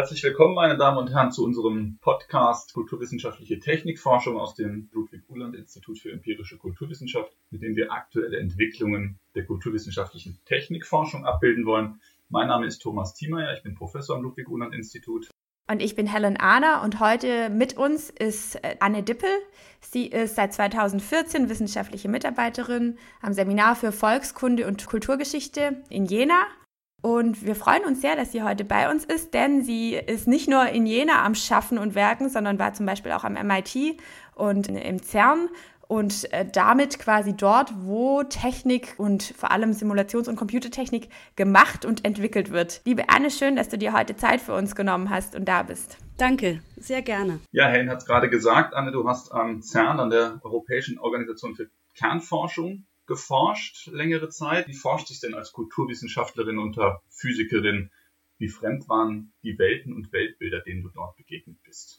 Herzlich willkommen, meine Damen und Herren, zu unserem Podcast Kulturwissenschaftliche Technikforschung aus dem Ludwig-Uhland-Institut für empirische Kulturwissenschaft, mit dem wir aktuelle Entwicklungen der kulturwissenschaftlichen Technikforschung abbilden wollen. Mein Name ist Thomas Thiemeyer, ich bin Professor am Ludwig-Uhland-Institut. Und ich bin Helen Ahner und heute mit uns ist Anne Dippel. Sie ist seit 2014 wissenschaftliche Mitarbeiterin am Seminar für Volkskunde und Kulturgeschichte in Jena. Und wir freuen uns sehr, dass sie heute bei uns ist, denn sie ist nicht nur in Jena am Schaffen und Werken, sondern war zum Beispiel auch am MIT und im CERN und damit quasi dort, wo Technik und vor allem Simulations- und Computertechnik gemacht und entwickelt wird. Liebe Anne, schön, dass du dir heute Zeit für uns genommen hast und da bist. Danke, sehr gerne. Ja, Helen hat es gerade gesagt, Anne, du hast am CERN, an der Europäischen Organisation für Kernforschung, geforscht längere Zeit. Wie forscht sich denn als Kulturwissenschaftlerin unter Physikerin? Wie fremd waren die Welten und Weltbilder, denen du dort begegnet bist?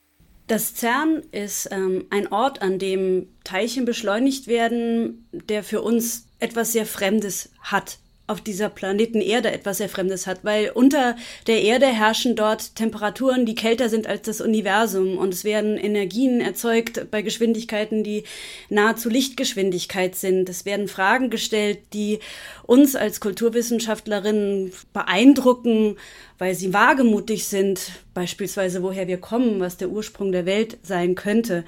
Das CERN ist ein Ort, an dem Teilchen beschleunigt werden, der für uns etwas sehr Fremdes hat. Auf dieser Planeten Erde etwas sehr Fremdes hat, weil unter der Erde herrschen dort Temperaturen, die kälter sind als das Universum und es werden Energien erzeugt bei Geschwindigkeiten, die nahezu Lichtgeschwindigkeit sind. Es werden Fragen gestellt, die uns als Kulturwissenschaftlerinnen beeindrucken, weil sie wagemutig sind, beispielsweise woher wir kommen, was der Ursprung der Welt sein könnte.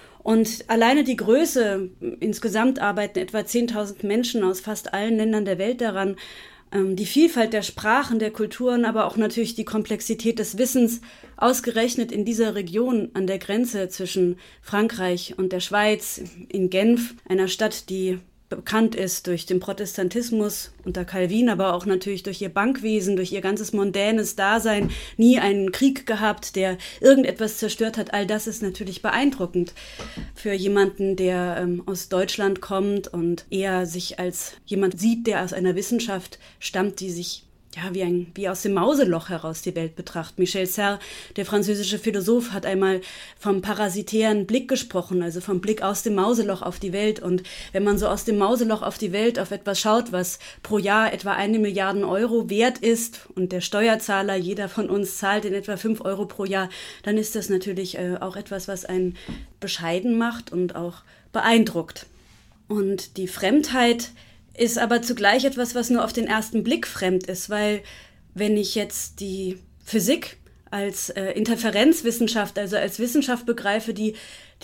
Und alleine die Größe, insgesamt arbeiten etwa 10.000 Menschen aus fast allen Ländern der Welt daran, die Vielfalt der Sprachen, der Kulturen, aber auch natürlich die Komplexität des Wissens, ausgerechnet in dieser Region an der Grenze zwischen Frankreich und der Schweiz, in Genf, einer Stadt, die bekannt ist durch den Protestantismus unter Calvin, aber auch natürlich durch ihr Bankwesen, durch ihr ganzes mondänes Dasein, nie einen Krieg gehabt, der irgendetwas zerstört hat. All das ist natürlich beeindruckend für jemanden, der aus Deutschland kommt und eher sich als jemand sieht, der aus einer Wissenschaft stammt, die sich wie aus dem Mauseloch heraus die Welt betrachtet. Michel Serres, der französische Philosoph, hat einmal vom parasitären Blick gesprochen, also vom Blick aus dem Mauseloch auf die Welt. Und wenn man so aus dem Mauseloch auf die Welt auf etwas schaut, was pro Jahr etwa 1 Milliarde Euro wert ist und der Steuerzahler, jeder von uns zahlt in etwa 5 Euro pro Jahr, dann ist das natürlich auch etwas, was einen bescheiden macht und auch beeindruckt. Und die Fremdheit ist aber zugleich etwas, was nur auf den ersten Blick fremd ist, weil wenn ich jetzt die Physik als Interferenzwissenschaft, also als Wissenschaft begreife, die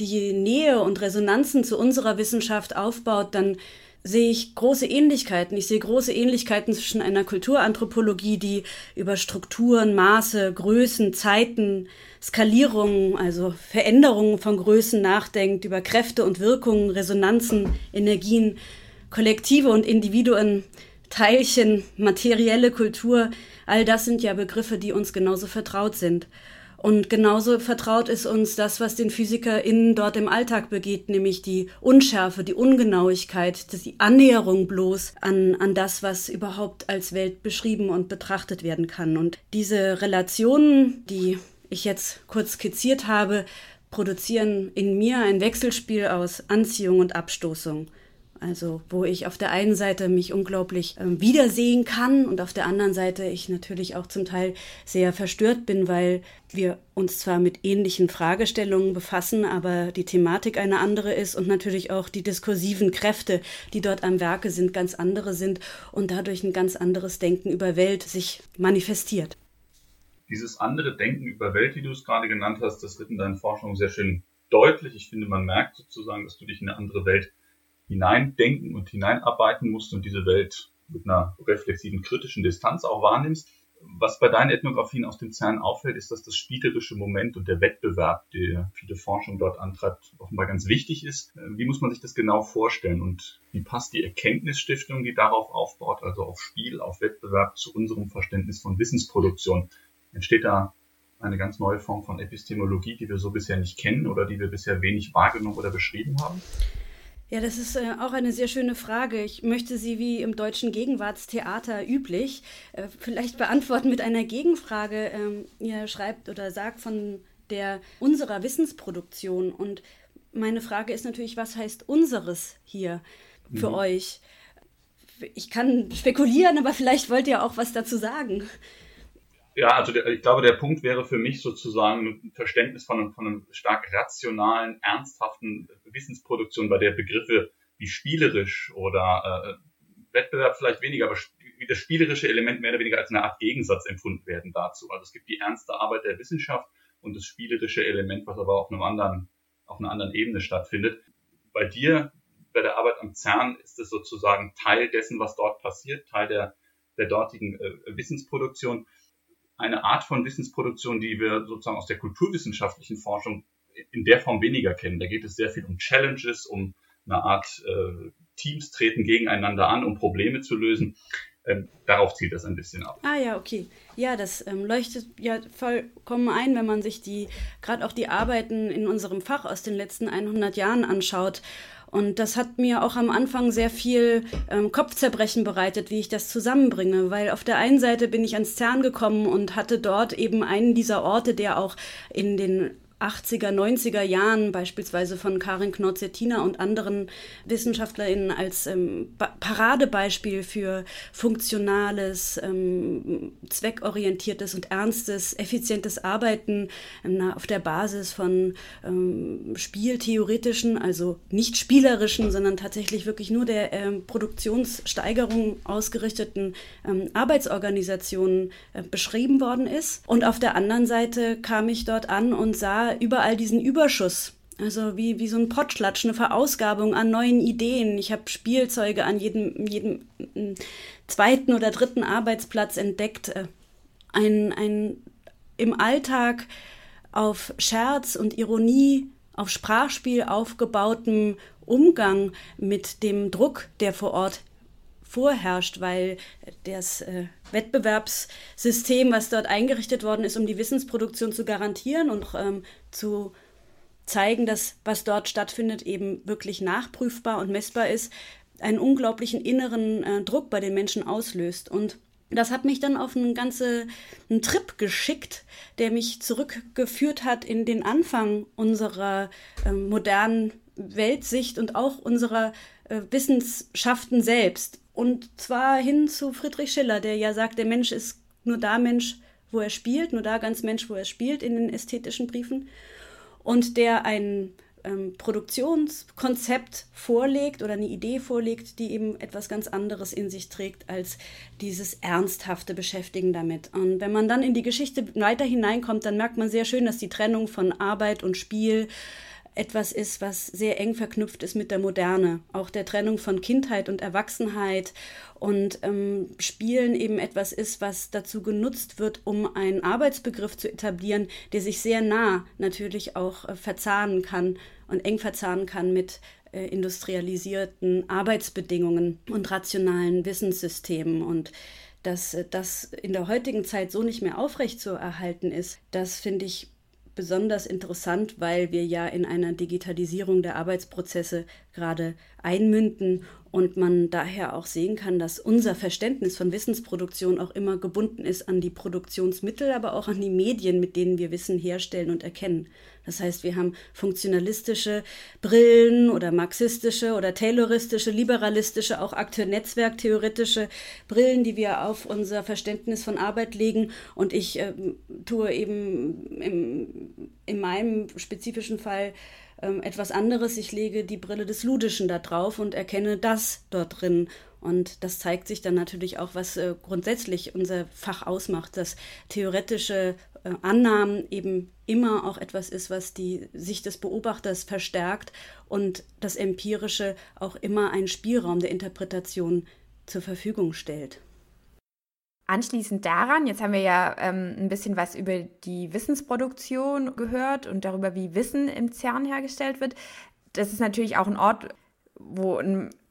Nähe und Resonanzen zu unserer Wissenschaft aufbaut, dann sehe ich große Ähnlichkeiten. Ich sehe große Ähnlichkeiten zwischen einer Kulturanthropologie, die über Strukturen, Maße, Größen, Zeiten, Skalierungen, also Veränderungen von Größen nachdenkt, über Kräfte und Wirkungen, Resonanzen, Energien, Kollektive und Individuen, Teilchen, materielle Kultur, all das sind ja Begriffe, die uns genauso vertraut sind. Und genauso vertraut ist uns das, was den PhysikerInnen dort im Alltag begeht, nämlich die Unschärfe, die Ungenauigkeit, die Annäherung bloß an das, was überhaupt als Welt beschrieben und betrachtet werden kann. Und diese Relationen, die ich jetzt kurz skizziert habe, produzieren in mir ein Wechselspiel aus Anziehung und Abstoßung. Also wo ich auf der einen Seite mich unglaublich wiedersehen kann und auf der anderen Seite ich natürlich auch zum Teil sehr verstört bin, weil wir uns zwar mit ähnlichen Fragestellungen befassen, aber die Thematik eine andere ist und natürlich auch die diskursiven Kräfte, die dort am Werke sind, ganz andere sind und dadurch ein ganz anderes Denken über Welt sich manifestiert. Dieses andere Denken über Welt, wie du es gerade genannt hast, das wird in deinen Forschungen sehr schön deutlich. Ich finde, man merkt sozusagen, dass du dich in eine andere Welt hineindenken und hineinarbeiten musst und diese Welt mit einer reflexiven, kritischen Distanz auch wahrnimmst. Was bei deinen Ethnografien aus dem CERN auffällt, ist, dass das spielerische Moment und der Wettbewerb, der viele Forschung dort antreibt, offenbar ganz wichtig ist. Wie muss man sich das genau vorstellen und wie passt die Erkenntnisstiftung, die darauf aufbaut, also auf Spiel, auf Wettbewerb, zu unserem Verständnis von Wissensproduktion? Entsteht da eine ganz neue Form von Epistemologie, die wir so bisher nicht kennen oder die wir bisher wenig wahrgenommen oder beschrieben haben? Ja, das ist auch eine sehr schöne Frage. Ich möchte sie wie im Deutschen Gegenwartstheater üblich vielleicht beantworten mit einer Gegenfrage. Ihr schreibt oder sagt von unserer Wissensproduktion. Und meine Frage ist natürlich, was heißt unseres hier für euch? Ich kann spekulieren, aber vielleicht wollt ihr auch was dazu sagen. Ja, also ich glaube, der Punkt wäre für mich sozusagen ein Verständnis von einem stark rationalen, ernsthaften Wissensproduktion, bei der Begriffe wie spielerisch oder Wettbewerb vielleicht weniger, aber wie das spielerische Element mehr oder weniger als eine Art Gegensatz empfunden werden dazu. Also es gibt die ernste Arbeit der Wissenschaft und das spielerische Element, was aber auf einer anderen Ebene stattfindet. Bei dir, bei der Arbeit am CERN, ist es sozusagen Teil dessen, was dort passiert, Teil der dortigen Wissensproduktion. Eine Art von Wissensproduktion, die wir sozusagen aus der kulturwissenschaftlichen Forschung in der Form weniger kennen. Da geht es sehr viel um Challenges, um eine Art Teams treten gegeneinander an, um Probleme zu lösen. Darauf zielt das ein bisschen ab. Ah ja, okay. Ja, das leuchtet ja vollkommen ein, wenn man sich gerade auch die Arbeiten in unserem Fach aus den letzten 100 Jahren anschaut. Und das hat mir auch am Anfang sehr viel Kopfzerbrechen bereitet, wie ich das zusammenbringe. Weil auf der einen Seite bin ich ans CERN gekommen und hatte dort eben einen dieser Orte, der auch in den 80er, 90er Jahren beispielsweise von Karin Knorr-Cetina und anderen WissenschaftlerInnen als Paradebeispiel für funktionales, zweckorientiertes und ernstes, effizientes Arbeiten auf der Basis von spieltheoretischen, also nicht spielerischen, sondern tatsächlich wirklich nur der Produktionssteigerung ausgerichteten Arbeitsorganisationen beschrieben worden ist. Und auf der anderen Seite kam ich dort an und sah überall diesen Überschuss, also wie so ein Potschlatsch, eine Verausgabung an neuen Ideen. Ich habe Spielzeuge an jedem zweiten oder dritten Arbeitsplatz entdeckt. Ein im Alltag auf Scherz und Ironie, auf Sprachspiel aufgebauten Umgang mit dem Druck, der vor Ort vorherrscht, weil das Wettbewerbssystem, was dort eingerichtet worden ist, um die Wissensproduktion zu garantieren und zu zeigen, dass was dort stattfindet eben wirklich nachprüfbar und messbar ist, einen unglaublichen inneren Druck bei den Menschen auslöst. Und das hat mich dann auf einen Trip geschickt, der mich zurückgeführt hat in den Anfang unserer modernen Weltsicht und auch unserer Wissenschaften selbst. Und zwar hin zu Friedrich Schiller, der ja sagt, der Mensch ist nur da Mensch, wo er spielt, nur da ganz Mensch, wo er spielt in den ästhetischen Briefen. Und der ein Produktionskonzept vorlegt oder eine Idee vorlegt, die eben etwas ganz anderes in sich trägt als dieses ernsthafte Beschäftigen damit. Und wenn man dann in die Geschichte weiter hineinkommt, dann merkt man sehr schön, dass die Trennung von Arbeit und Spiel etwas ist, was sehr eng verknüpft ist mit der Moderne. Auch der Trennung von Kindheit und Erwachsenheit und Spielen eben etwas ist, was dazu genutzt wird, um einen Arbeitsbegriff zu etablieren, der sich sehr nah natürlich auch verzahnen kann und eng verzahnen kann mit industrialisierten Arbeitsbedingungen und rationalen Wissenssystemen. Und dass das in der heutigen Zeit so nicht mehr aufrechtzuerhalten ist, das finde ich besonders interessant, weil wir ja in einer Digitalisierung der Arbeitsprozesse gerade einmünden und man daher auch sehen kann, dass unser Verständnis von Wissensproduktion auch immer gebunden ist an die Produktionsmittel, aber auch an die Medien, mit denen wir Wissen herstellen und erkennen. Das heißt, wir haben funktionalistische Brillen oder marxistische oder tayloristische, liberalistische, auch Akteur-Netzwerk-theoretische Brillen, die wir auf unser Verständnis von Arbeit legen. Und ich tue eben in meinem spezifischen Fall etwas anderes. Ich lege die Brille des Ludischen da drauf und erkenne das dort drin. Und das zeigt sich dann natürlich auch, was grundsätzlich unser Fach ausmacht, dass theoretische Annahmen eben immer auch etwas ist, was die Sicht des Beobachters verstärkt und das Empirische auch immer einen Spielraum der Interpretation zur Verfügung stellt. Anschließend daran, jetzt haben wir ja ein bisschen was über die Wissensproduktion gehört und darüber, wie Wissen im CERN hergestellt wird. Das ist natürlich auch ein Ort, wo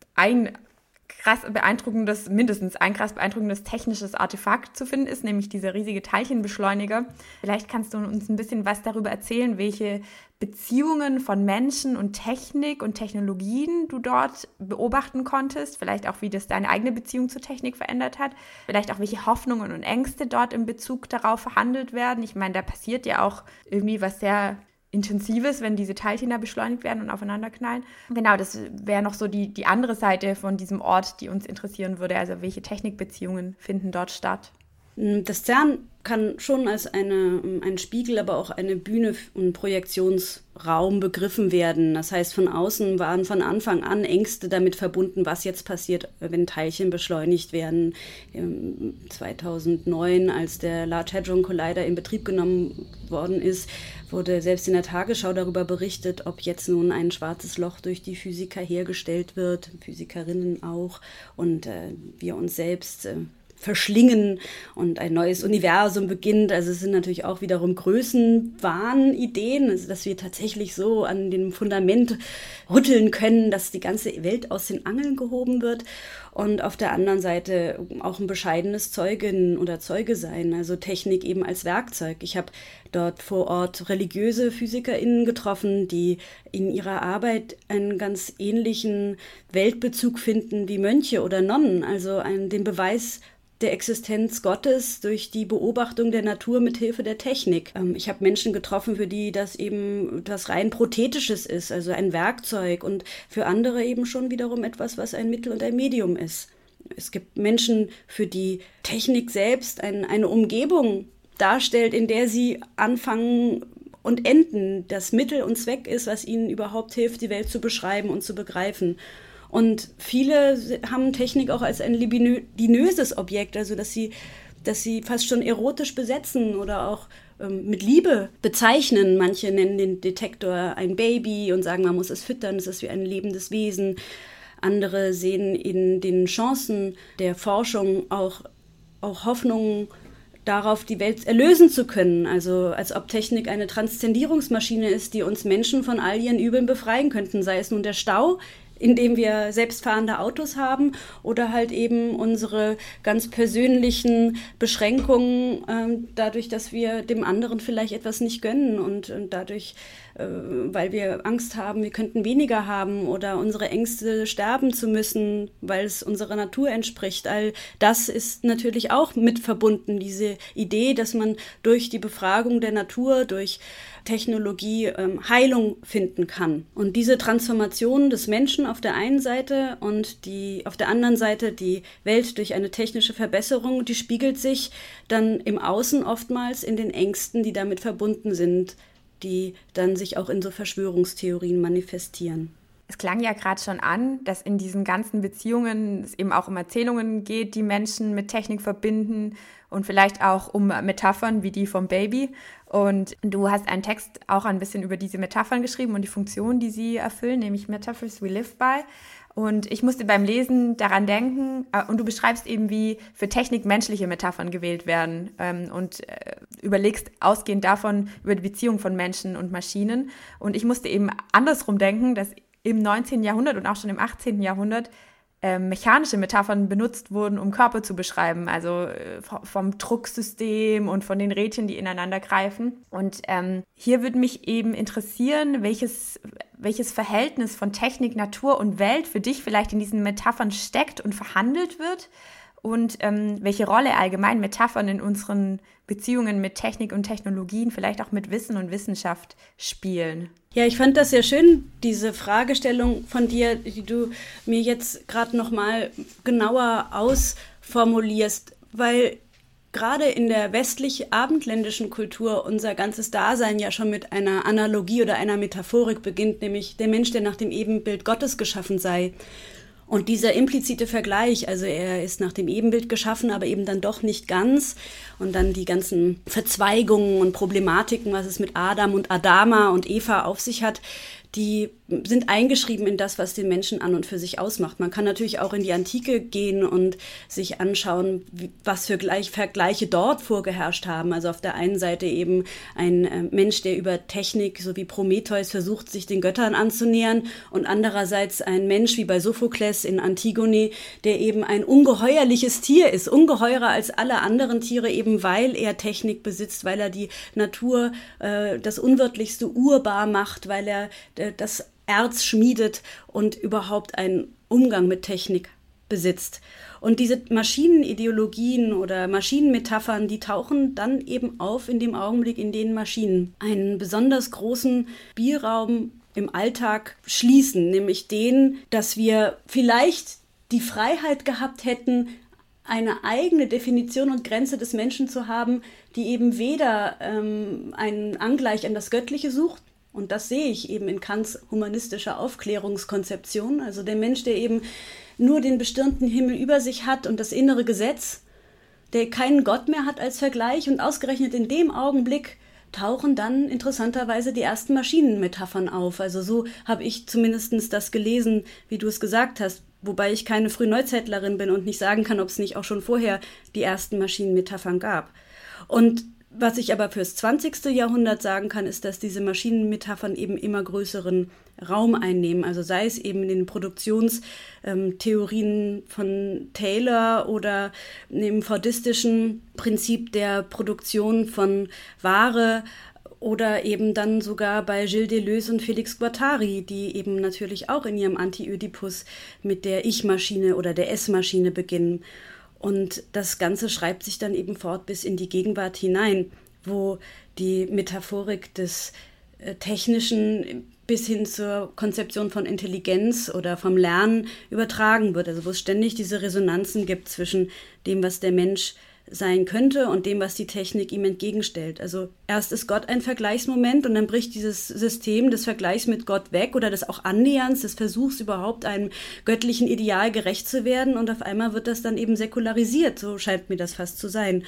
mindestens ein krass beeindruckendes technisches Artefakt zu finden ist, nämlich dieser riesige Teilchenbeschleuniger. Vielleicht kannst du uns ein bisschen was darüber erzählen, welche Beziehungen von Menschen und Technik und Technologien du dort beobachten konntest, vielleicht auch, wie das deine eigene Beziehung zur Technik verändert hat, vielleicht auch, welche Hoffnungen und Ängste dort in Bezug darauf verhandelt werden. Ich meine, da passiert ja auch irgendwie was sehr Intensives, wenn diese Teilchen da beschleunigt werden und aufeinander knallen. Genau, das wäre noch so die andere Seite von diesem Ort, die uns interessieren würde. Also welche Technikbeziehungen finden dort statt? Das CERN kann schon als ein Spiegel, aber auch eine Bühne und Projektionsraum begriffen werden. Das heißt, von außen waren von Anfang an Ängste damit verbunden, was jetzt passiert, wenn Teilchen beschleunigt werden. 2009, als der Large Hadron Collider in Betrieb genommen worden ist, wurde selbst in der Tagesschau darüber berichtet, ob jetzt nun ein schwarzes Loch durch die Physiker hergestellt wird, Physikerinnen auch, und wir uns selbst verschlingen und ein neues Universum beginnt. Also es sind natürlich auch wiederum Größenwahnideen, also dass wir tatsächlich so an dem Fundament rütteln können, dass die ganze Welt aus den Angeln gehoben wird. Und auf der anderen Seite auch ein bescheidenes Zeugin oder Zeuge sein, also Technik eben als Werkzeug. Ich habe dort vor Ort religiöse PhysikerInnen getroffen, die in ihrer Arbeit einen ganz ähnlichen Weltbezug finden wie Mönche oder Nonnen, also den Beweis der Existenz Gottes durch die Beobachtung der Natur mit Hilfe der Technik. Ich habe Menschen getroffen, für die das eben etwas rein Prothetisches ist, also ein Werkzeug, und für andere eben schon wiederum etwas, was ein Mittel und ein Medium ist. Es gibt Menschen, für die Technik selbst eine Umgebung darstellt, in der sie anfangen und enden, das Mittel und Zweck ist, was ihnen überhaupt hilft, die Welt zu beschreiben und zu begreifen. Und viele haben Technik auch als ein libidinöses Objekt, also dass sie fast schon erotisch besetzen oder auch mit Liebe bezeichnen. Manche nennen den Detektor ein Baby und sagen, man muss es füttern, es ist wie ein lebendes Wesen. Andere sehen in den Chancen der Forschung auch Hoffnungen darauf, die Welt erlösen zu können. Also als ob Technik eine Transzendierungsmaschine ist, die uns Menschen von all ihren Übeln befreien könnten, sei es nun der Stau, indem wir selbstfahrende Autos haben, oder halt eben unsere ganz persönlichen Beschränkungen, dadurch, dass wir dem anderen vielleicht etwas nicht gönnen und dadurch, weil wir Angst haben, wir könnten weniger haben, oder unsere Ängste, sterben zu müssen, weil es unserer Natur entspricht. All das ist natürlich auch mit verbunden, diese Idee, dass man durch die Befragung der Natur, durch Technologie Heilung finden kann. Und diese Transformation des Menschen auf der einen Seite und auf der anderen Seite die Welt durch eine technische Verbesserung, die spiegelt sich dann im Außen oftmals in den Ängsten, die damit verbunden sind, die dann sich auch in so Verschwörungstheorien manifestieren. Es klang ja gerade schon an, dass in diesen ganzen Beziehungen es eben auch um Erzählungen geht, die Menschen mit Technik verbinden, und vielleicht auch um Metaphern wie die vom Baby. Und du hast einen Text auch ein bisschen über diese Metaphern geschrieben und die Funktion, die sie erfüllen, nämlich Metaphors we live by. Und ich musste beim Lesen daran denken, und du beschreibst eben, wie für Technik menschliche Metaphern gewählt werden, und überlegst ausgehend davon über die Beziehung von Menschen und Maschinen. Und ich musste eben andersrum denken, dass im 19. Jahrhundert und auch schon im 18. Jahrhundert mechanische Metaphern benutzt wurden, um Körper zu beschreiben, also vom Drucksystem und von den Rädchen, die ineinander greifen. Und hier würde mich eben interessieren, welches Verhältnis von Technik, Natur und Welt für dich vielleicht in diesen Metaphern steckt und verhandelt wird, und welche Rolle allgemein Metaphern in unseren Beziehungen mit Technik und Technologien, vielleicht auch mit Wissen und Wissenschaft spielen. Ja, ich fand das sehr schön, diese Fragestellung von dir, die du mir jetzt gerade noch mal genauer ausformulierst, weil gerade in der westlich-abendländischen Kultur unser ganzes Dasein ja schon mit einer Analogie oder einer Metaphorik beginnt, nämlich der Mensch, der nach dem Ebenbild Gottes geschaffen sei. Und dieser implizite Vergleich, also er ist nach dem Ebenbild geschaffen, aber eben dann doch nicht ganz. Und dann die ganzen Verzweigungen und Problematiken, was es mit Adam und Adama und Eva auf sich hat, die sind eingeschrieben in das, was den Menschen an und für sich ausmacht. Man kann natürlich auch in die Antike gehen und sich anschauen, was für Vergleiche dort vorgeherrscht haben. Also auf der einen Seite eben ein Mensch, der über Technik, so wie Prometheus, versucht, sich den Göttern anzunähern, und andererseits ein Mensch wie bei Sophokles in Antigone, der eben ein ungeheuerliches Tier ist, ungeheurer als alle anderen Tiere, eben weil er Technik besitzt, weil er die Natur, das Unwirtlichste urbar macht, weil er das Erz schmiedet und überhaupt einen Umgang mit Technik besitzt. Und diese Maschinenideologien oder Maschinenmetaphern, die tauchen dann eben auf in dem Augenblick, in dem Maschinen einen besonders großen Spielraum im Alltag schließen, nämlich den, dass wir vielleicht die Freiheit gehabt hätten, eine eigene Definition und Grenze des Menschen zu haben, die eben weder einen Angleich an das Göttliche sucht, und das sehe ich eben in Kants humanistischer Aufklärungskonzeption, also der Mensch, der eben nur den bestirnten Himmel über sich hat und das innere Gesetz, der keinen Gott mehr hat als Vergleich, und ausgerechnet in dem Augenblick tauchen dann interessanterweise die ersten Maschinenmetaphern auf. Also so habe ich zumindest das gelesen, wie du es gesagt hast, wobei ich keine Frühneuzeitlerin bin und nicht sagen kann, ob es nicht auch schon vorher die ersten Maschinenmetaphern gab. Und was ich aber fürs 20. Jahrhundert sagen kann, ist, dass diese Maschinenmetaphern eben immer größeren Raum einnehmen. Also sei es eben in den Produktionstheorien von Taylor oder im fordistischen Prinzip der Produktion von Ware oder eben dann sogar bei Gilles Deleuze und Félix Guattari, die eben natürlich auch in ihrem Anti-Ödipus mit der Ich-Maschine oder der Es-Maschine beginnen. Und das Ganze schreibt sich dann eben fort bis in die Gegenwart hinein, wo die Metaphorik des Technischen bis hin zur Konzeption von Intelligenz oder vom Lernen übertragen wird. Also wo es ständig diese Resonanzen gibt zwischen dem, was der Mensch sein könnte und dem, was die Technik ihm entgegenstellt. Also erst ist Gott ein Vergleichsmoment und dann bricht dieses System des Vergleichs mit Gott weg oder des auch Annäherns, des Versuchs überhaupt einem göttlichen Ideal gerecht zu werden, und auf einmal wird das dann eben säkularisiert, so scheint mir das fast zu sein.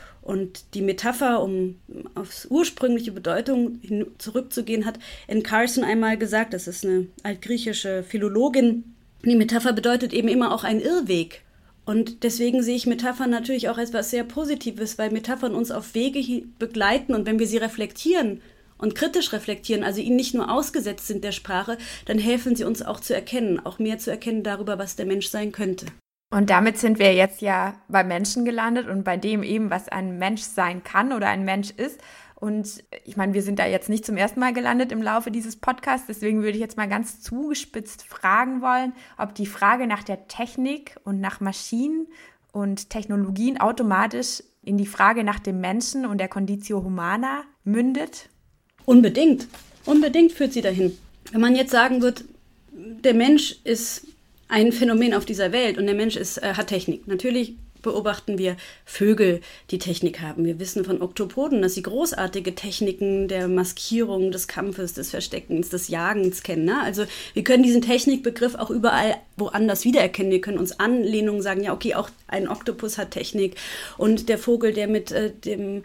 Und die Metapher, um aufs ursprüngliche Bedeutung zurückzugehen, hat Anne Carson einmal gesagt, das ist eine altgriechische Philologin, die Metapher bedeutet eben immer auch einen Irrweg. Und deswegen sehe ich Metaphern natürlich auch als etwas sehr Positives, weil Metaphern uns auf Wege begleiten, und wenn wir sie reflektieren und kritisch reflektieren, also ihnen nicht nur ausgesetzt sind der Sprache, dann helfen sie uns auch zu erkennen, auch mehr zu erkennen darüber, was der Mensch sein könnte. Und damit sind wir jetzt ja beim Menschen gelandet und bei dem eben, was ein Mensch sein kann oder ein Mensch ist. Und ich meine, wir sind da jetzt nicht zum ersten Mal gelandet im Laufe dieses Podcasts, deswegen würde ich jetzt mal ganz zugespitzt fragen wollen, ob die Frage nach der Technik und nach Maschinen und Technologien automatisch in die Frage nach dem Menschen und der Conditio Humana mündet. Unbedingt führt sie dahin. Wenn man jetzt sagen wird, der Mensch ist ein Phänomen auf dieser Welt und der Mensch hat Technik. Natürlich beobachten wir Vögel, die Technik haben. Wir wissen von Oktopoden, dass sie großartige Techniken der Maskierung, des Kampfes, des Versteckens, des Jagens kennen. Ne? Also wir können diesen Technikbegriff auch überall woanders wiedererkennen. Wir können uns Anlehnungen sagen, ja okay, auch ein Oktopus hat Technik, und der Vogel, der mit dem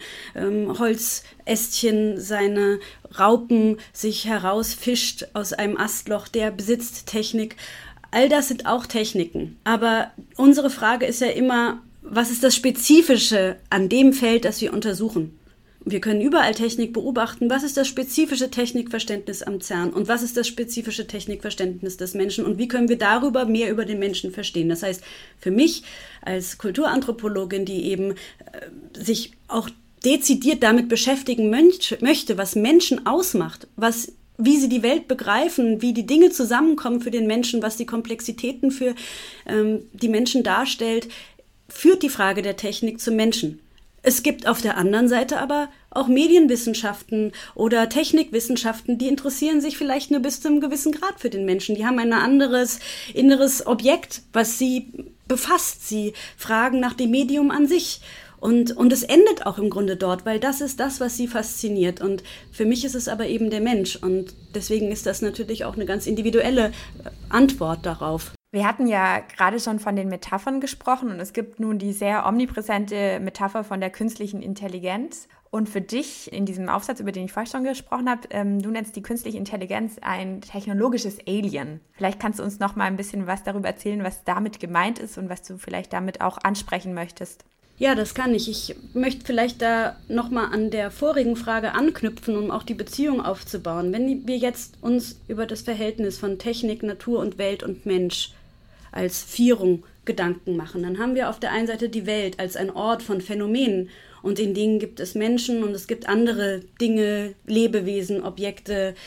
Holzästchen seine Raupen sich herausfischt aus einem Astloch, der besitzt Technik. All das sind auch Techniken. Aber unsere Frage ist ja immer, was ist das Spezifische an dem Feld, das wir untersuchen? Wir können überall Technik beobachten. Was ist das spezifische Technikverständnis am CERN? Und was ist das spezifische Technikverständnis des Menschen? Und wie können wir darüber mehr über den Menschen verstehen? Das heißt, für mich als Kulturanthropologin, die eben sich auch dezidiert damit beschäftigen möchte, was Menschen ausmacht, wie sie die Welt begreifen, wie die Dinge zusammenkommen für den Menschen, was die Komplexitäten für die Menschen darstellt, führt die Frage der Technik zum Menschen. Es gibt auf der anderen Seite aber auch Medienwissenschaften oder Technikwissenschaften, die interessieren sich vielleicht nur bis zu einem gewissen Grad für den Menschen. Die haben ein anderes inneres Objekt, was sie befasst. Sie fragen nach dem Medium an sich. Und es endet auch im Grunde dort, weil das ist das, was sie fasziniert. Und für mich ist es aber eben der Mensch. Und deswegen ist das natürlich auch eine ganz individuelle Antwort darauf. Wir hatten ja gerade schon von den Metaphern gesprochen und es gibt nun die sehr omnipräsente Metapher von der künstlichen Intelligenz. Und für dich in diesem Aufsatz, über den ich vorher schon gesprochen habe, du nennst die künstliche Intelligenz ein technologisches Alien. Vielleicht kannst du uns noch mal ein bisschen was darüber erzählen, was damit gemeint ist und was du vielleicht damit auch ansprechen möchtest. Ja, das kann ich. Ich möchte vielleicht da nochmal an der vorigen Frage anknüpfen, um auch die Beziehung aufzubauen. Wenn wir jetzt uns über das Verhältnis von Technik, Natur und Welt und Mensch als Vierung Gedanken machen, dann haben wir auf der einen Seite die Welt als ein Ort von Phänomenen, und in Dingen gibt es Menschen und es gibt andere Dinge, Lebewesen, Objekte,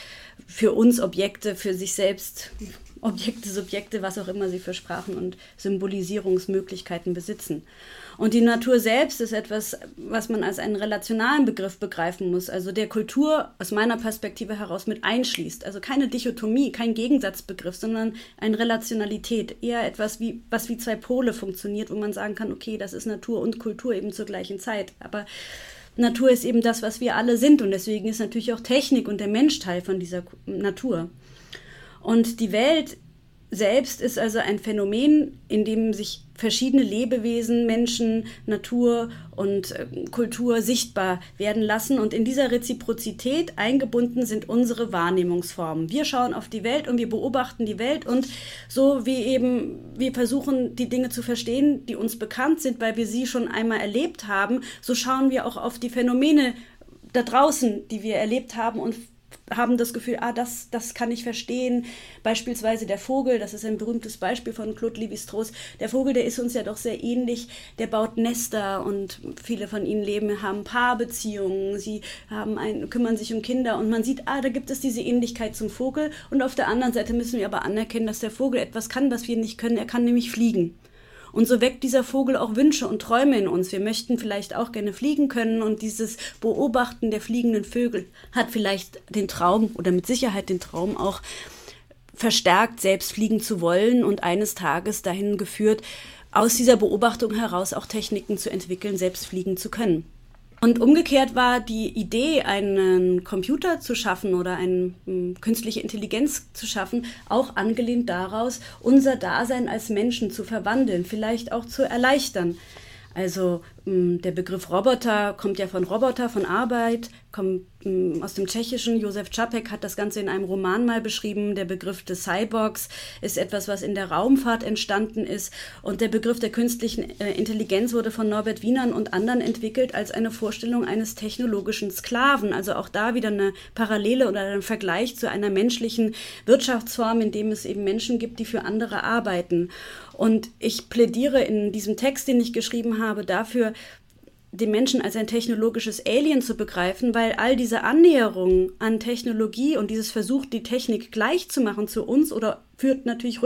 für uns Objekte, für sich selbst Objekte, Subjekte, was auch immer sie für Sprachen und Symbolisierungsmöglichkeiten besitzen. Und die Natur selbst ist etwas, was man als einen relationalen Begriff begreifen muss, also der Kultur aus meiner Perspektive heraus mit einschließt. Also keine Dichotomie, kein Gegensatzbegriff, sondern eine Relationalität, eher etwas, was wie zwei Pole funktioniert, wo man sagen kann, okay, das ist Natur und Kultur eben zur gleichen Zeit. Aber Natur ist eben das, was wir alle sind, und deswegen ist natürlich auch Technik und der Mensch Teil von dieser Natur. Und die Welt selbst ist also ein Phänomen, in dem sich verschiedene Lebewesen, Menschen, Natur und Kultur sichtbar werden lassen. Und in dieser Reziprozität eingebunden sind unsere Wahrnehmungsformen. Wir schauen auf die Welt und wir beobachten die Welt, und so wie eben wir versuchen, die Dinge zu verstehen, die uns bekannt sind, weil wir sie schon einmal erlebt haben, so schauen wir auch auf die Phänomene da draußen, die wir erlebt haben, und haben das Gefühl, das kann ich verstehen. Beispielsweise der Vogel, das ist ein berühmtes Beispiel von Claude Lévi-Strauss. Der Vogel, der ist uns ja doch sehr ähnlich. Der baut Nester, und viele von ihnen haben Paarbeziehungen. Sie kümmern sich um Kinder, und man sieht, da gibt es diese Ähnlichkeit zum Vogel. Und auf der anderen Seite müssen wir aber anerkennen, dass der Vogel etwas kann, was wir nicht können. Er kann nämlich fliegen. Und so weckt dieser Vogel auch Wünsche und Träume in uns. Wir möchten vielleicht auch gerne fliegen können, und dieses Beobachten der fliegenden Vögel hat vielleicht den Traum oder mit Sicherheit den Traum auch verstärkt, selbst fliegen zu wollen, und eines Tages dahin geführt, aus dieser Beobachtung heraus auch Techniken zu entwickeln, selbst fliegen zu können. Und umgekehrt war die Idee, einen Computer zu schaffen oder eine künstliche Intelligenz zu schaffen, auch angelehnt daraus, unser Dasein als Menschen zu verwandeln, vielleicht auch zu erleichtern. Also der Begriff Roboter kommt ja von Roboter, von Arbeit, kommt aus dem Tschechischen. Josef Čapek hat das Ganze in einem Roman mal beschrieben. Der Begriff des Cyborgs ist etwas, was in der Raumfahrt entstanden ist. Und der Begriff der künstlichen Intelligenz wurde von Norbert Wienand und anderen entwickelt als eine Vorstellung eines technologischen Sklaven. Also auch da wieder eine Parallele oder ein Vergleich zu einer menschlichen Wirtschaftsform, in dem es eben Menschen gibt, die für andere arbeiten. Und ich plädiere in diesem Text, den ich geschrieben habe, dafür, den Menschen als ein technologisches Alien zu begreifen, weil all diese Annäherungen an Technologie und dieses Versuch, die Technik gleich zu machen zu uns, oder führt natürlich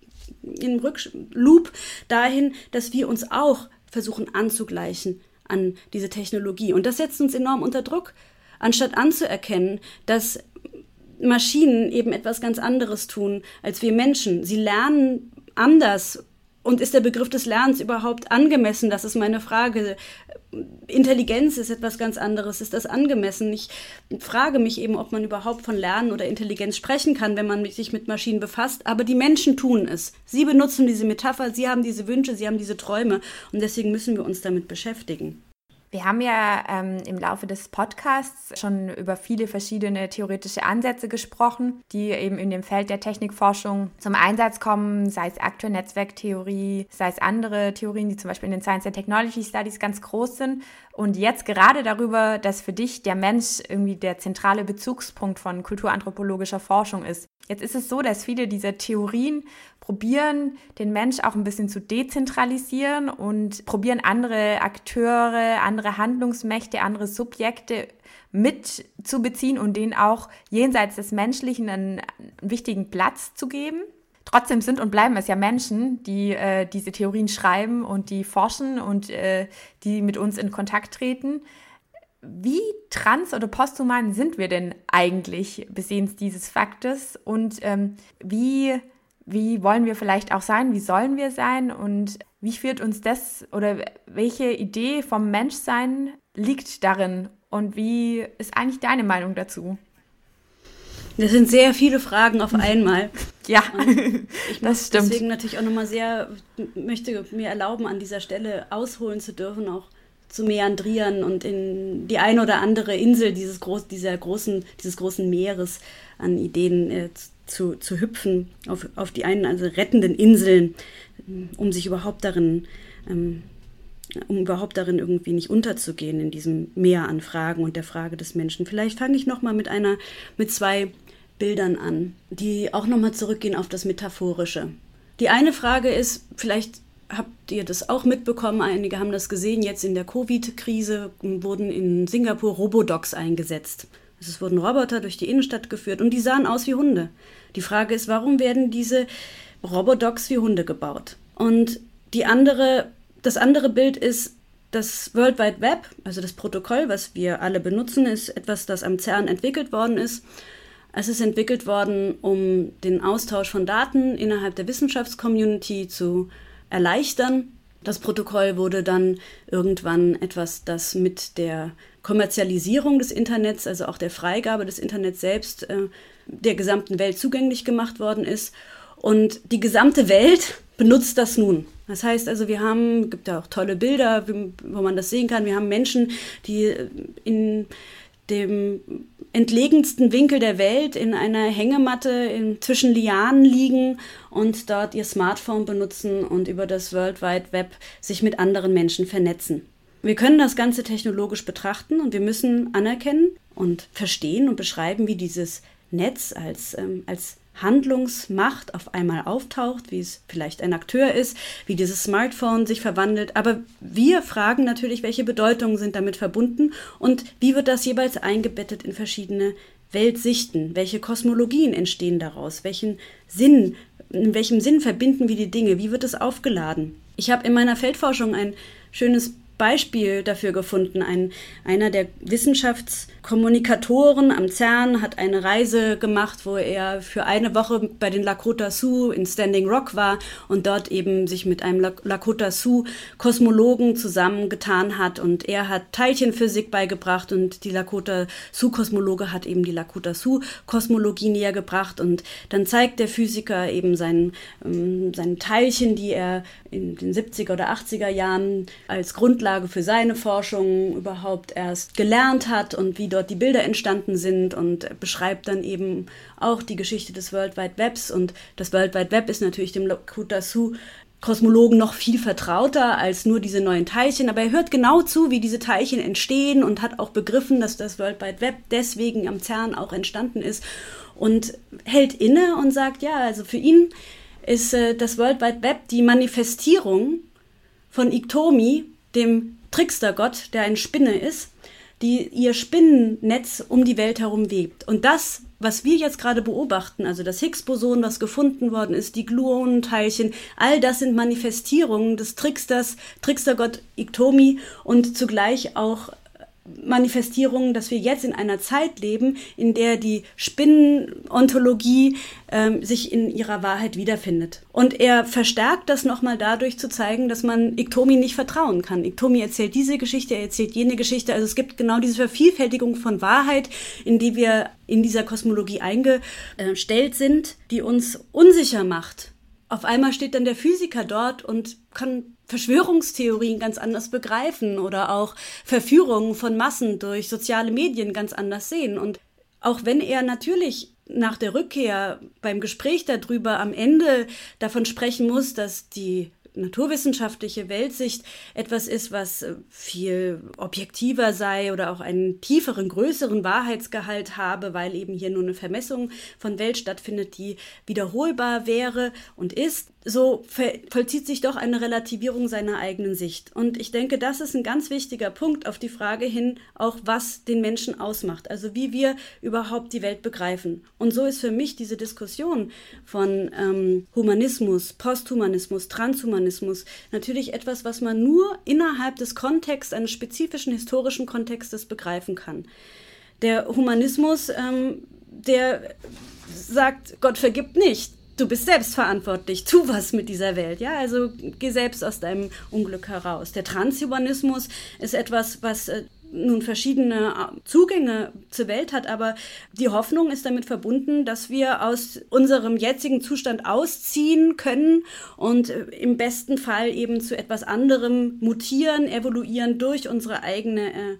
im Rückloop dahin, dass wir uns auch versuchen anzugleichen an diese Technologie. Und das setzt uns enorm unter Druck, anstatt anzuerkennen, dass Maschinen eben etwas ganz anderes tun als wir Menschen. Sie lernen anders. Und ist der Begriff des Lernens überhaupt angemessen? Das ist meine Frage. Intelligenz ist etwas ganz anderes. Ist das angemessen? Ich frage mich eben, ob man überhaupt von Lernen oder Intelligenz sprechen kann, wenn man sich mit Maschinen befasst. Aber die Menschen tun es. Sie benutzen diese Metapher, sie haben diese Wünsche, sie haben diese Träume. Und deswegen müssen wir uns damit beschäftigen. Wir haben ja im Laufe des Podcasts schon über viele verschiedene theoretische Ansätze gesprochen, die eben in dem Feld der Technikforschung zum Einsatz kommen, sei es Akteur-Netzwerk-Theorie, sei es andere Theorien, die zum Beispiel in den Science and Technology Studies ganz groß sind. Und jetzt gerade darüber, dass für dich der Mensch irgendwie der zentrale Bezugspunkt von kulturanthropologischer Forschung ist. Jetzt ist es so, dass viele dieser Theorien probieren, den Mensch auch ein bisschen zu dezentralisieren und probieren, andere Akteure, andere Handlungsmächte, andere Subjekte mit zu beziehen und denen auch jenseits des Menschlichen einen wichtigen Platz zu geben. Trotzdem sind und bleiben es ja Menschen, die diese Theorien schreiben und die forschen und die mit uns in Kontakt treten. Wie trans- oder posthuman sind wir denn eigentlich besehens dieses Faktes, und wie wollen wir vielleicht auch sein, wie sollen wir sein, und wie führt uns das, oder welche Idee vom Menschsein liegt darin, und wie ist eigentlich deine Meinung dazu? Das sind sehr viele Fragen auf einmal. Ja, das stimmt. Deswegen natürlich auch nochmal möchte mir erlauben, an dieser Stelle ausholen zu dürfen, auch zu meandrieren und in die eine oder andere Insel dieses großen Meeres an Ideen zu hüpfen, auf die einen, also rettenden Inseln, um überhaupt darin irgendwie nicht unterzugehen in diesem Meer an Fragen und der Frage des Menschen. Vielleicht fange ich nochmal mit zwei Bildern an, die auch nochmal zurückgehen auf das Metaphorische. Die eine Frage ist, vielleicht habt ihr das auch mitbekommen, einige haben das gesehen, jetzt in der Covid-Krise wurden in Singapur Robodocs eingesetzt. Also es wurden Roboter durch die Innenstadt geführt und die sahen aus wie Hunde. Die Frage ist, warum werden diese Robodogs wie Hunde gebaut? Und das andere Bild ist, das World Wide Web, also das Protokoll, was wir alle benutzen, ist etwas, das am CERN entwickelt worden ist. Es ist entwickelt worden, um den Austausch von Daten innerhalb der Wissenschaftscommunity zu erleichtern. Das Protokoll wurde dann irgendwann etwas, das mit der Kommerzialisierung des Internets, also auch der Freigabe des Internets selbst, der gesamten Welt zugänglich gemacht worden ist. Und die gesamte Welt benutzt das nun. Das heißt also, gibt ja auch tolle Bilder, wo man das sehen kann. Wir haben Menschen, die in dem entlegensten Winkel der Welt in einer Hängematte zwischen Lianen liegen und dort ihr Smartphone benutzen und über das World Wide Web sich mit anderen Menschen vernetzen. Wir können das Ganze technologisch betrachten und wir müssen anerkennen und verstehen und beschreiben, wie dieses Netz als Handlungsmacht auf einmal auftaucht, wie es vielleicht ein Akteur ist, wie dieses Smartphone sich verwandelt. Aber wir fragen natürlich, welche Bedeutungen sind damit verbunden und wie wird das jeweils eingebettet in verschiedene Weltsichten? Welche Kosmologien entstehen daraus? In welchem Sinn verbinden wir die Dinge? Wie wird es aufgeladen? Ich habe in meiner Feldforschung ein schönes Beispiel dafür gefunden. Einer der Wissenschaftskommunikatoren am CERN hat eine Reise gemacht, wo er für eine Woche bei den Lakota Sioux in Standing Rock war und dort eben sich mit einem Lakota Sioux Kosmologen zusammengetan hat und er hat Teilchenphysik beigebracht und die Lakota Sioux Kosmologe hat eben die Lakota Sioux Kosmologie näher gebracht und dann zeigt der Physiker eben seine Teilchen, die er in den 70er oder 80er Jahren als Grundlage für seine Forschung überhaupt erst gelernt hat und wie dort die Bilder entstanden sind und beschreibt dann eben auch die Geschichte des World Wide Webs und das World Wide Web ist natürlich dem Lakota Sioux Kosmologen noch viel vertrauter als nur diese neuen Teilchen, aber er hört genau zu, wie diese Teilchen entstehen und hat auch begriffen, dass das World Wide Web deswegen am CERN auch entstanden ist und hält inne und sagt, ja, also für ihn ist das World Wide Web die Manifestierung von Iktomi, dem Trickstergott, der eine Spinne ist, die ihr Spinnennetz um die Welt herum webt. Und das, was wir jetzt gerade beobachten, also das Higgs-Boson, was gefunden worden ist, die Gluonenteilchen, all das sind Manifestierungen des Trickstergott Iktomi und zugleich auch Manifestierungen, dass wir jetzt in einer Zeit leben, in der die Spinnenontologie sich in ihrer Wahrheit wiederfindet. Und er verstärkt das nochmal dadurch zu zeigen, dass man Iktomi nicht vertrauen kann. Iktomi erzählt diese Geschichte, er erzählt jene Geschichte. Also es gibt genau diese Vervielfältigung von Wahrheit, in die wir in dieser Kosmologie eingestellt sind, die uns unsicher macht. Auf einmal steht dann der Physiker dort und kann Verschwörungstheorien ganz anders begreifen oder auch Verführungen von Massen durch soziale Medien ganz anders sehen. Und auch wenn er natürlich nach der Rückkehr beim Gespräch darüber am Ende davon sprechen muss, dass die naturwissenschaftliche Weltsicht etwas ist, was viel objektiver sei oder auch einen tieferen, größeren Wahrheitsgehalt habe, weil eben hier nur eine Vermessung von Welt stattfindet, die wiederholbar wäre und ist, so vollzieht sich doch eine Relativierung seiner eigenen Sicht. Und ich denke, das ist ein ganz wichtiger Punkt auf die Frage hin, auch was den Menschen ausmacht, also wie wir überhaupt die Welt begreifen. Und so ist für mich diese Diskussion von Humanismus, Posthumanismus, Transhumanismus natürlich etwas, was man nur innerhalb des Kontexts, eines spezifischen historischen Kontextes begreifen kann. Der Humanismus, der sagt, Gott vergibt nicht. Du bist selbst verantwortlich, tu was mit dieser Welt, ja, also geh selbst aus deinem Unglück heraus. Der Transhumanismus ist etwas, was nun verschiedene Zugänge zur Welt hat, aber die Hoffnung ist damit verbunden, dass wir aus unserem jetzigen Zustand ausziehen können und im besten Fall eben zu etwas anderem mutieren, evoluieren durch unsere eigene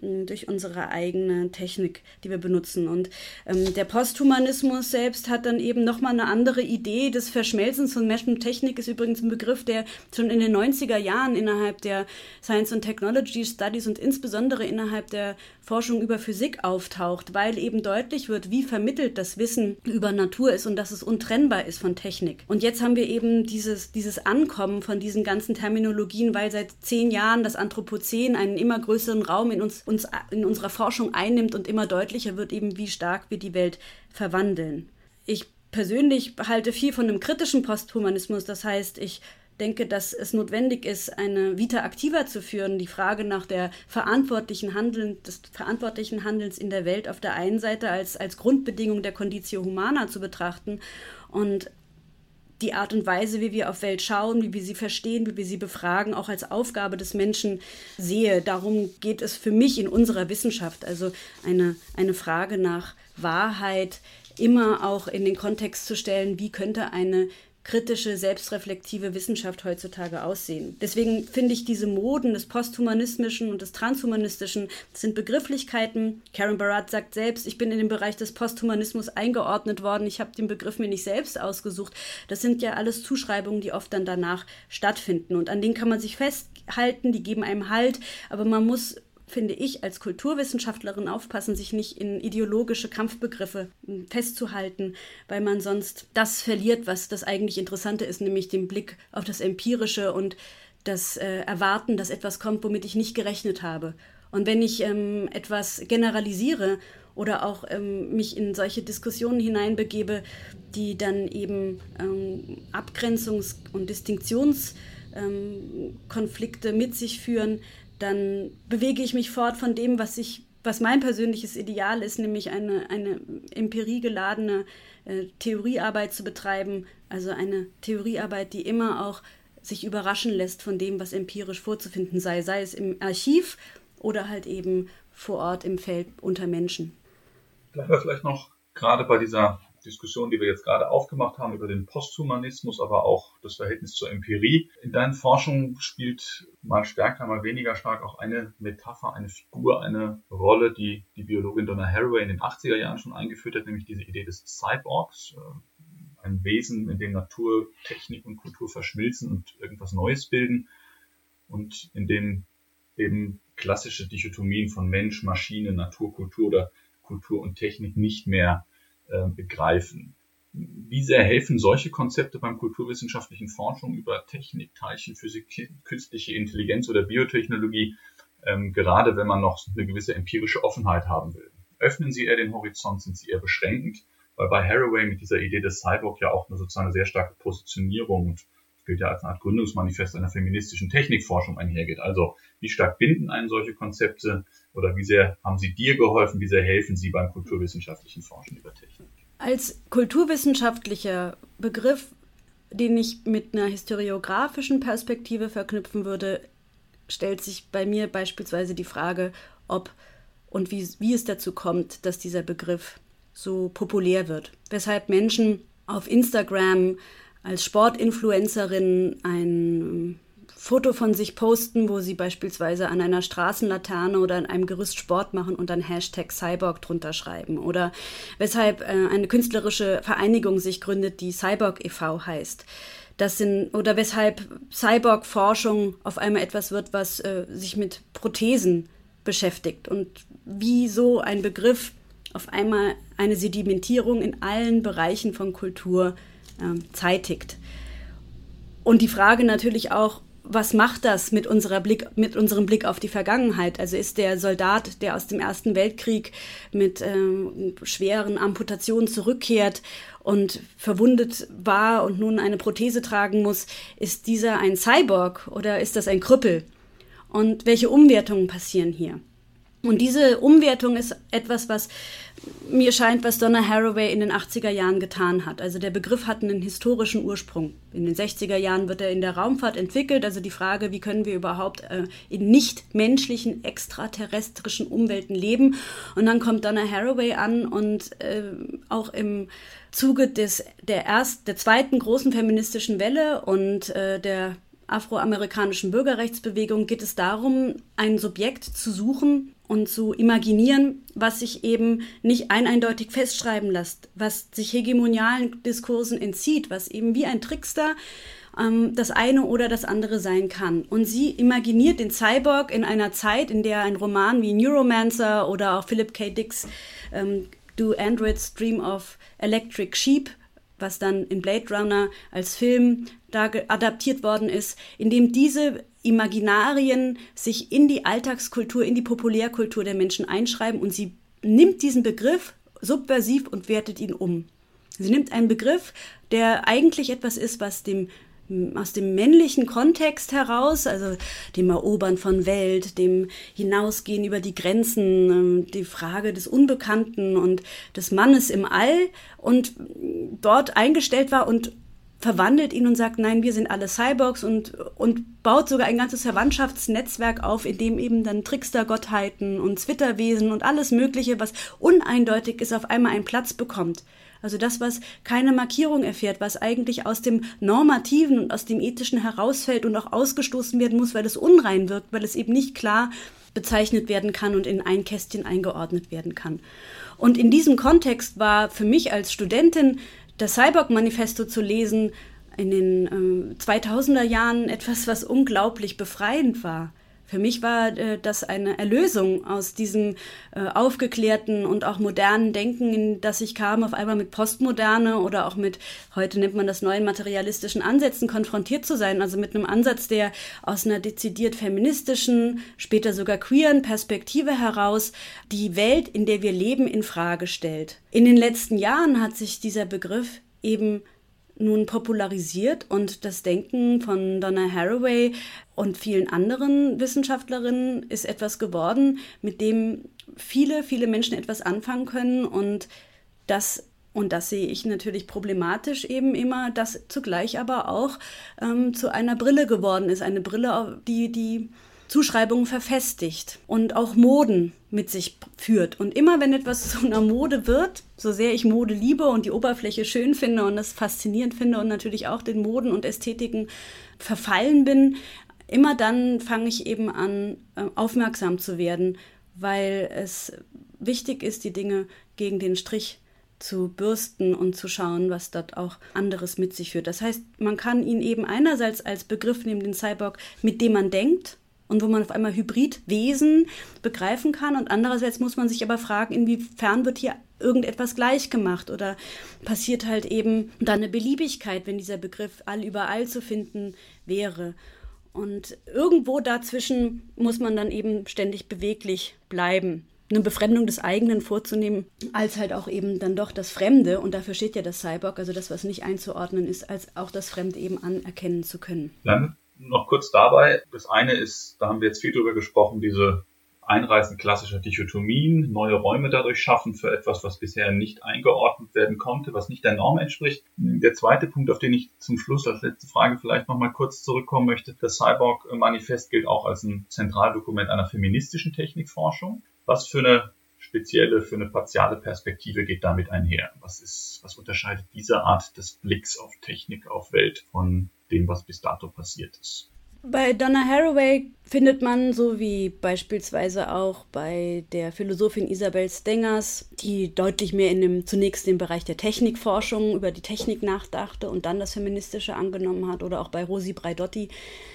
Technik, die wir benutzen. Und der Posthumanismus selbst hat dann eben nochmal eine andere Idee des Verschmelzens von Mensch und Technik, ist übrigens ein Begriff, der schon in den 90er Jahren innerhalb der Science and Technology Studies und insbesondere innerhalb der Forschung über Physik auftaucht, weil eben deutlich wird, wie vermittelt das Wissen über Natur ist und dass es untrennbar ist von Technik. Und jetzt haben wir eben dieses Ankommen von diesen ganzen Terminologien, weil seit 10 Jahren das Anthropozän einen immer größeren Raum in uns in unserer Forschung einnimmt und immer deutlicher wird eben, wie stark wir die Welt verwandeln. Ich persönlich halte viel von einem kritischen Posthumanismus, das heißt, ich denke, dass es notwendig ist, eine Vita activa zu führen, die Frage nach des verantwortlichen Handelns in der Welt auf der einen Seite als Grundbedingung der Conditio Humana zu betrachten und die Art und Weise, wie wir auf Welt schauen, wie wir sie verstehen, wie wir sie befragen, auch als Aufgabe des Menschen sehe. Darum geht es für mich in unserer Wissenschaft, also eine Frage nach Wahrheit immer auch in den Kontext zu stellen, wie könnte eine kritische, selbstreflektive Wissenschaft heutzutage aussehen. Deswegen finde ich diese Moden des Posthumanismischen und des Transhumanistischen, das sind Begrifflichkeiten. Karen Barad sagt selbst, ich bin in den Bereich des Posthumanismus eingeordnet worden, ich habe den Begriff mir nicht selbst ausgesucht. Das sind ja alles Zuschreibungen, die oft dann danach stattfinden und an denen kann man sich festhalten, die geben einem Halt, aber man muss, finde ich, als Kulturwissenschaftlerin aufpassen, sich nicht in ideologische Kampfbegriffe festzuhalten, weil man sonst das verliert, was das eigentlich Interessante ist, nämlich den Blick auf das Empirische und das Erwarten, dass etwas kommt, womit ich nicht gerechnet habe. Und wenn ich etwas generalisiere oder auch mich in solche Diskussionen hineinbegebe, die dann eben Abgrenzungs- und Distinktionskonflikte mit sich führen, dann bewege ich mich fort von dem, was mein persönliches Ideal ist, nämlich eine empiriegeladene Theoriearbeit zu betreiben, also eine Theoriearbeit, die immer auch sich überraschen lässt von dem, was empirisch vorzufinden sei es im Archiv oder halt eben vor Ort im Feld unter Menschen. Bleiben wir vielleicht noch gerade bei dieser Diskussion, die wir jetzt gerade aufgemacht haben über den Posthumanismus, aber auch das Verhältnis zur Empirie. In deinen Forschungen spielt mal stärker, mal weniger stark auch eine Metapher, eine Figur, eine Rolle, die die Biologin Donna Haraway in den 80er Jahren schon eingeführt hat, nämlich diese Idee des Cyborgs, ein Wesen, in dem Natur, Technik und Kultur verschmilzen und irgendwas Neues bilden und in dem eben klassische Dichotomien von Mensch, Maschine, Natur, Kultur oder Kultur und Technik nicht mehr begreifen. Wie sehr helfen solche Konzepte beim kulturwissenschaftlichen Forschung über Technik, Teilchenphysik, künstliche Intelligenz oder Biotechnologie, gerade wenn man noch eine gewisse empirische Offenheit haben will? Öffnen sie eher den Horizont, sind sie eher beschränkend? Weil bei Haraway mit dieser Idee des Cyborg ja auch sozusagen eine sehr starke Positionierung und gilt ja als eine Art Gründungsmanifest einer feministischen Technikforschung einhergeht. Also wie stark binden einen solche Konzepte oder wie sehr haben sie dir geholfen, wie sehr helfen sie beim kulturwissenschaftlichen Forschen über Technik? Als kulturwissenschaftlicher Begriff, den ich mit einer historiografischen Perspektive verknüpfen würde, stellt sich bei mir beispielsweise die Frage, ob und wie es dazu kommt, dass dieser Begriff so populär wird. Weshalb Menschen auf Instagram als Sportinfluencerin ein Foto von sich posten, wo sie beispielsweise an einer Straßenlaterne oder an einem Gerüst Sport machen und dann Hashtag Cyborg drunter schreiben. Oder weshalb eine künstlerische Vereinigung sich gründet, die Cyborg e.V. heißt. Oder weshalb Cyborg-Forschung auf einmal etwas wird, was sich mit Prothesen beschäftigt. Und wie so ein Begriff auf einmal eine Sedimentierung in allen Bereichen von Kultur zeitigt. Und die Frage natürlich auch, was macht das mit unserem Blick auf die Vergangenheit? Also ist der Soldat, der aus dem Ersten Weltkrieg mit schweren Amputationen zurückkehrt und verwundet war und nun eine Prothese tragen muss, ist dieser ein Cyborg oder ist das ein Krüppel? Und welche Umwertungen passieren hier? Und diese Umwertung ist etwas, was mir scheint, was Donna Haraway in den 80er Jahren getan hat. Also der Begriff hat einen historischen Ursprung. In den 60er Jahren wird er in der Raumfahrt entwickelt. Also die Frage, wie können wir überhaupt in nicht-menschlichen, extraterrestrischen Umwelten leben? Und dann kommt Donna Haraway an und auch im Zuge der zweiten großen feministischen Welle und der afroamerikanischen Bürgerrechtsbewegung geht es darum, ein Subjekt zu suchen und zu imaginieren, was sich eben nicht eindeutig festschreiben lässt, was sich hegemonialen Diskursen entzieht, was eben wie ein Trickster das eine oder das andere sein kann. Und sie imaginiert den Cyborg in einer Zeit, in der ein Roman wie Neuromancer oder auch Philip K. Dicks Do Androids Dream of Electric Sheep, was dann in Blade Runner als Film da adaptiert worden ist, in dem diese Imaginarien sich in die Alltagskultur, in die Populärkultur der Menschen einschreiben und sie nimmt diesen Begriff subversiv und wertet ihn um. Sie nimmt einen Begriff, der eigentlich etwas ist, was aus dem männlichen Kontext heraus, also dem Erobern von Welt, dem Hinausgehen über die Grenzen, die Frage des Unbekannten und des Mannes im All und dort eingestellt war und verwandelt ihn und sagt, nein, wir sind alle Cyborgs und baut sogar ein ganzes Verwandtschaftsnetzwerk auf, in dem eben dann Trickstergottheiten und Zwitterwesen und alles Mögliche, was uneindeutig ist, auf einmal einen Platz bekommt. Also das, was keine Markierung erfährt, was eigentlich aus dem Normativen und aus dem Ethischen herausfällt und auch ausgestoßen werden muss, weil es unrein wirkt, weil es eben nicht klar bezeichnet werden kann und in ein Kästchen eingeordnet werden kann. Und in diesem Kontext war für mich als Studentin das Cyborg-Manifesto zu lesen in den 2000er Jahren etwas, was unglaublich befreiend war. Für mich war das eine Erlösung aus diesem aufgeklärten und auch modernen Denken, in das ich kam, auf einmal mit Postmoderne oder auch mit, heute nennt man das, neuen materialistischen Ansätzen konfrontiert zu sein. Also mit einem Ansatz, der aus einer dezidiert feministischen, später sogar queeren Perspektive heraus die Welt, in der wir leben, in Frage stellt. In den letzten Jahren hat sich dieser Begriff eben nun popularisiert und das Denken von Donna Haraway und vielen anderen Wissenschaftlerinnen ist etwas geworden, mit dem viele, viele Menschen etwas anfangen können und das sehe ich natürlich problematisch eben immer, das zugleich aber auch zu einer Brille geworden ist, eine Brille, die Zuschreibungen verfestigt und auch Moden mit sich führt. Und immer wenn etwas zu einer Mode wird, so sehr ich Mode liebe und die Oberfläche schön finde und das faszinierend finde und natürlich auch den Moden und Ästhetiken verfallen bin, immer dann fange ich eben an, aufmerksam zu werden, weil es wichtig ist, die Dinge gegen den Strich zu bürsten und zu schauen, was dort auch anderes mit sich führt. Das heißt, man kann ihn eben einerseits als Begriff nehmen, den Cyborg, mit dem man denkt, und wo man auf einmal Hybridwesen begreifen kann. Und andererseits muss man sich aber fragen, inwiefern wird hier irgendetwas gleich gemacht oder passiert halt eben dann eine Beliebigkeit, wenn dieser Begriff allüberall zu finden wäre. Und irgendwo dazwischen muss man dann eben ständig beweglich bleiben. Eine Befremdung des eigenen vorzunehmen, als halt auch eben dann doch das Fremde, und dafür steht ja das Cyborg, also das, was nicht einzuordnen ist, als auch das Fremde eben anerkennen zu können. Dann noch kurz dabei, das eine ist, da haben wir jetzt viel drüber gesprochen, diese Einreißen klassischer Dichotomien, neue Räume dadurch schaffen für etwas, was bisher nicht eingeordnet werden konnte, was nicht der Norm entspricht. Der zweite Punkt, auf den ich zum Schluss als letzte Frage vielleicht noch mal kurz zurückkommen möchte, das Cyborg-Manifest gilt auch als ein Zentraldokument einer feministischen Technikforschung. Was für eine spezielle, für eine partiale Perspektive geht damit einher? Was unterscheidet diese Art des Blicks auf Technik, auf Welt von dem, was bis dato passiert ist? Bei Donna Haraway findet man, so wie beispielsweise auch bei der Philosophin Isabel Stengers, die deutlich mehr zunächst im Bereich der Technikforschung über die Technik nachdachte und dann das Feministische angenommen hat, oder auch bei Rosi Braidotti,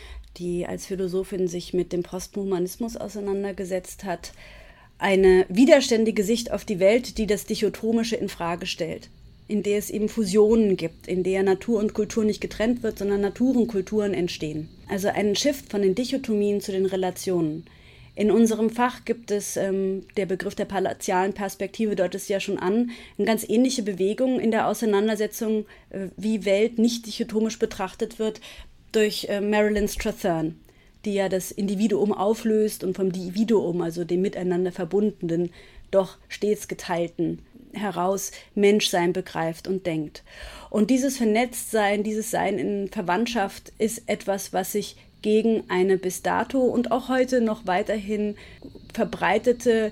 die als Philosophin sich mit dem Posthumanismus auseinandergesetzt hat, eine widerständige Sicht auf die Welt, die das Dichotomische in Frage stellt, in der es eben Fusionen gibt, in der Natur und Kultur nicht getrennt wird, sondern Naturen, Kulturen entstehen. Also einen Shift von den Dichotomien zu den Relationen. In unserem Fach gibt es, der Begriff der partialen Perspektive deutet es ja schon an, eine ganz ähnliche Bewegung in der Auseinandersetzung, wie Welt nicht dichotomisch betrachtet wird, durch Marilyn Strathern, die ja das Individuum auflöst und vom Individuum, also dem miteinander verbundenen, doch stets geteilten, heraus Menschsein begreift und denkt. Und dieses Vernetztsein, dieses Sein in Verwandtschaft ist etwas, was sich gegen eine bis dato und auch heute noch weiterhin verbreitetes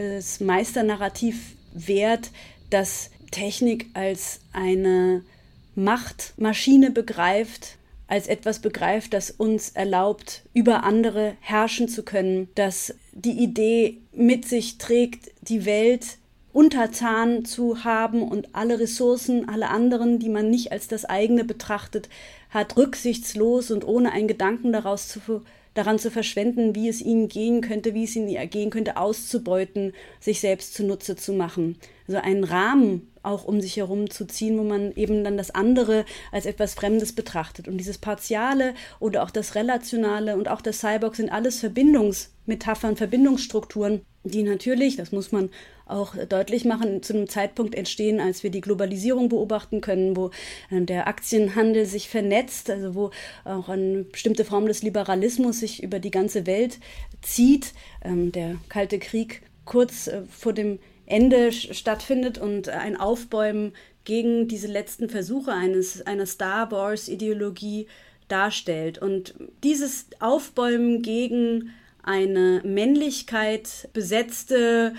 Meisternarrativ wehrt, das Technik als eine Machtmaschine begreift, als etwas begreift, das uns erlaubt, über andere herrschen zu können, das die Idee mit sich trägt, die Welt untertan zu haben und alle Ressourcen, alle anderen, die man nicht als das eigene betrachtet, hat rücksichtslos und ohne einen Gedanken daran zu verschwenden, wie es ihnen gehen könnte, wie es ihnen ergehen könnte, auszubeuten, sich selbst zunutze zu machen. Also einen Rahmen auch um sich herum zu ziehen, wo man eben dann das andere als etwas Fremdes betrachtet. Und dieses Partiale oder auch das Relationale und auch das Cyborg sind alles Verbindungsmetaphern, Verbindungsstrukturen, die natürlich, das muss man auch deutlich machen, zu einem Zeitpunkt entstehen, als wir die Globalisierung beobachten können, wo der Aktienhandel sich vernetzt, also wo auch eine bestimmte Form des Liberalismus sich über die ganze Welt zieht, der Kalte Krieg kurz vor dem Ende stattfindet und ein Aufbäumen gegen diese letzten Versuche einer Star Wars-Ideologie darstellt. Und dieses Aufbäumen gegen eine Männlichkeit besetzte,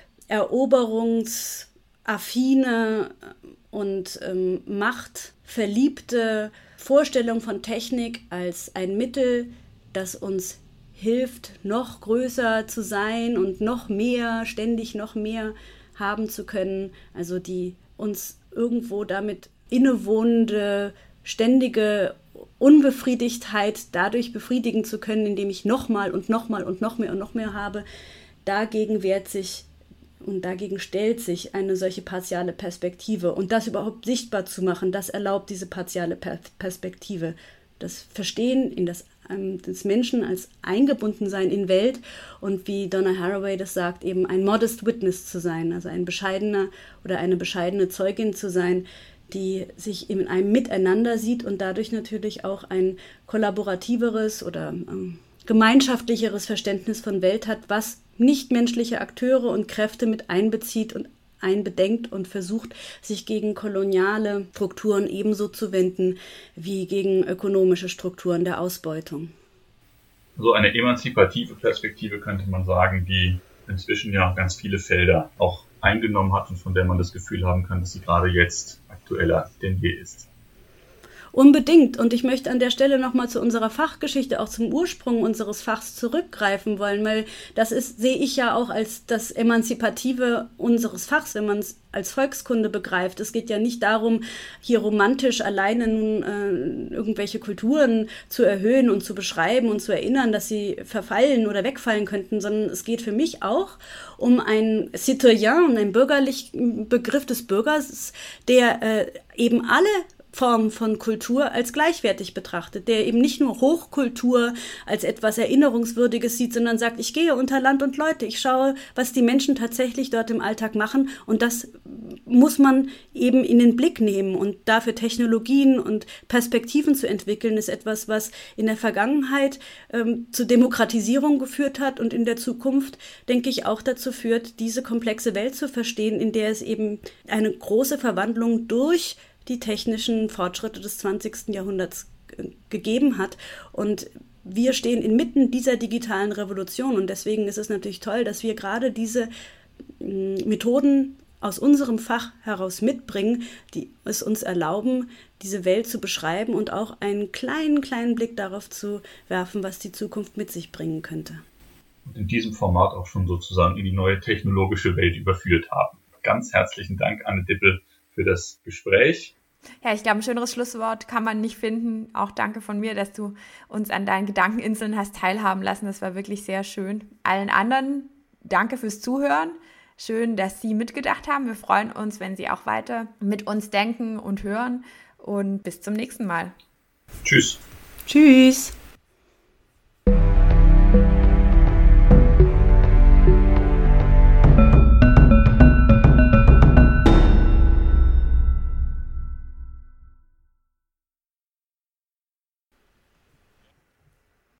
eroberungsaffine und machtverliebte Vorstellung von Technik als ein Mittel, das uns hilft, noch größer zu sein und noch mehr, ständig noch mehr haben zu können. Also die uns irgendwo damit innewohnende, ständige Unbefriedigtheit dadurch befriedigen zu können, indem ich nochmal und nochmal und noch mehr und noch mehr habe. Dagegen wehrt sich und dagegen stellt sich eine solche partiale Perspektive. Und das überhaupt sichtbar zu machen, das erlaubt diese partiale Perspektive. Das Verstehen des Menschen als Eingebundensein in Welt und wie Donna Haraway das sagt, eben ein modest witness zu sein, also ein bescheidener oder eine bescheidene Zeugin zu sein, die sich in einem Miteinander sieht und dadurch natürlich auch ein kollaborativeres oder gemeinschaftlicheres Verständnis von Welt hat, was nichtmenschliche Akteure und Kräfte mit einbezieht und einbedenkt und versucht, sich gegen koloniale Strukturen ebenso zu wenden wie gegen ökonomische Strukturen der Ausbeutung. So eine emanzipative Perspektive könnte man sagen, die inzwischen ja ganz viele Felder auch eingenommen hat und von der man das Gefühl haben kann, dass sie gerade jetzt aktueller denn je ist. Unbedingt. Und ich möchte an der Stelle nochmal zu unserer Fachgeschichte, auch zum Ursprung unseres Fachs zurückgreifen wollen, weil sehe ich ja auch als das Emanzipative unseres Fachs, wenn man es als Volkskunde begreift. Es geht ja nicht darum, hier romantisch alleine nun irgendwelche Kulturen zu erhöhen und zu beschreiben und zu erinnern, dass sie verfallen oder wegfallen könnten, sondern es geht für mich auch um ein Citoyen und einen bürgerlichen Begriff des Bürgers, der eben alle Form von Kultur als gleichwertig betrachtet, der eben nicht nur Hochkultur als etwas Erinnerungswürdiges sieht, sondern sagt, ich gehe unter Land und Leute, ich schaue, was die Menschen tatsächlich dort im Alltag machen und das muss man eben in den Blick nehmen und dafür Technologien und Perspektiven zu entwickeln, ist etwas, was in der Vergangenheit zur Demokratisierung geführt hat und in der Zukunft, denke ich, auch dazu führt, diese komplexe Welt zu verstehen, in der es eben eine große Verwandlung durch die technischen Fortschritte des 20. Jahrhunderts gegeben hat. Und wir stehen inmitten dieser digitalen Revolution. Und deswegen ist es natürlich toll, dass wir gerade diese Methoden aus unserem Fach heraus mitbringen, die es uns erlauben, diese Welt zu beschreiben und auch einen kleinen Blick darauf zu werfen, was die Zukunft mit sich bringen könnte. Und in diesem Format auch schon sozusagen in die neue technologische Welt überführt haben. Ganz herzlichen Dank, Anne Dippel, für das Gespräch. Ja, ich glaube, ein schöneres Schlusswort kann man nicht finden. Auch danke von mir, dass du uns an deinen Gedankeninseln hast teilhaben lassen. Das war wirklich sehr schön. Allen anderen danke fürs Zuhören. Schön, dass Sie mitgedacht haben. Wir freuen uns, wenn Sie auch weiter mit uns denken und hören. Und bis zum nächsten Mal. Tschüss. Tschüss.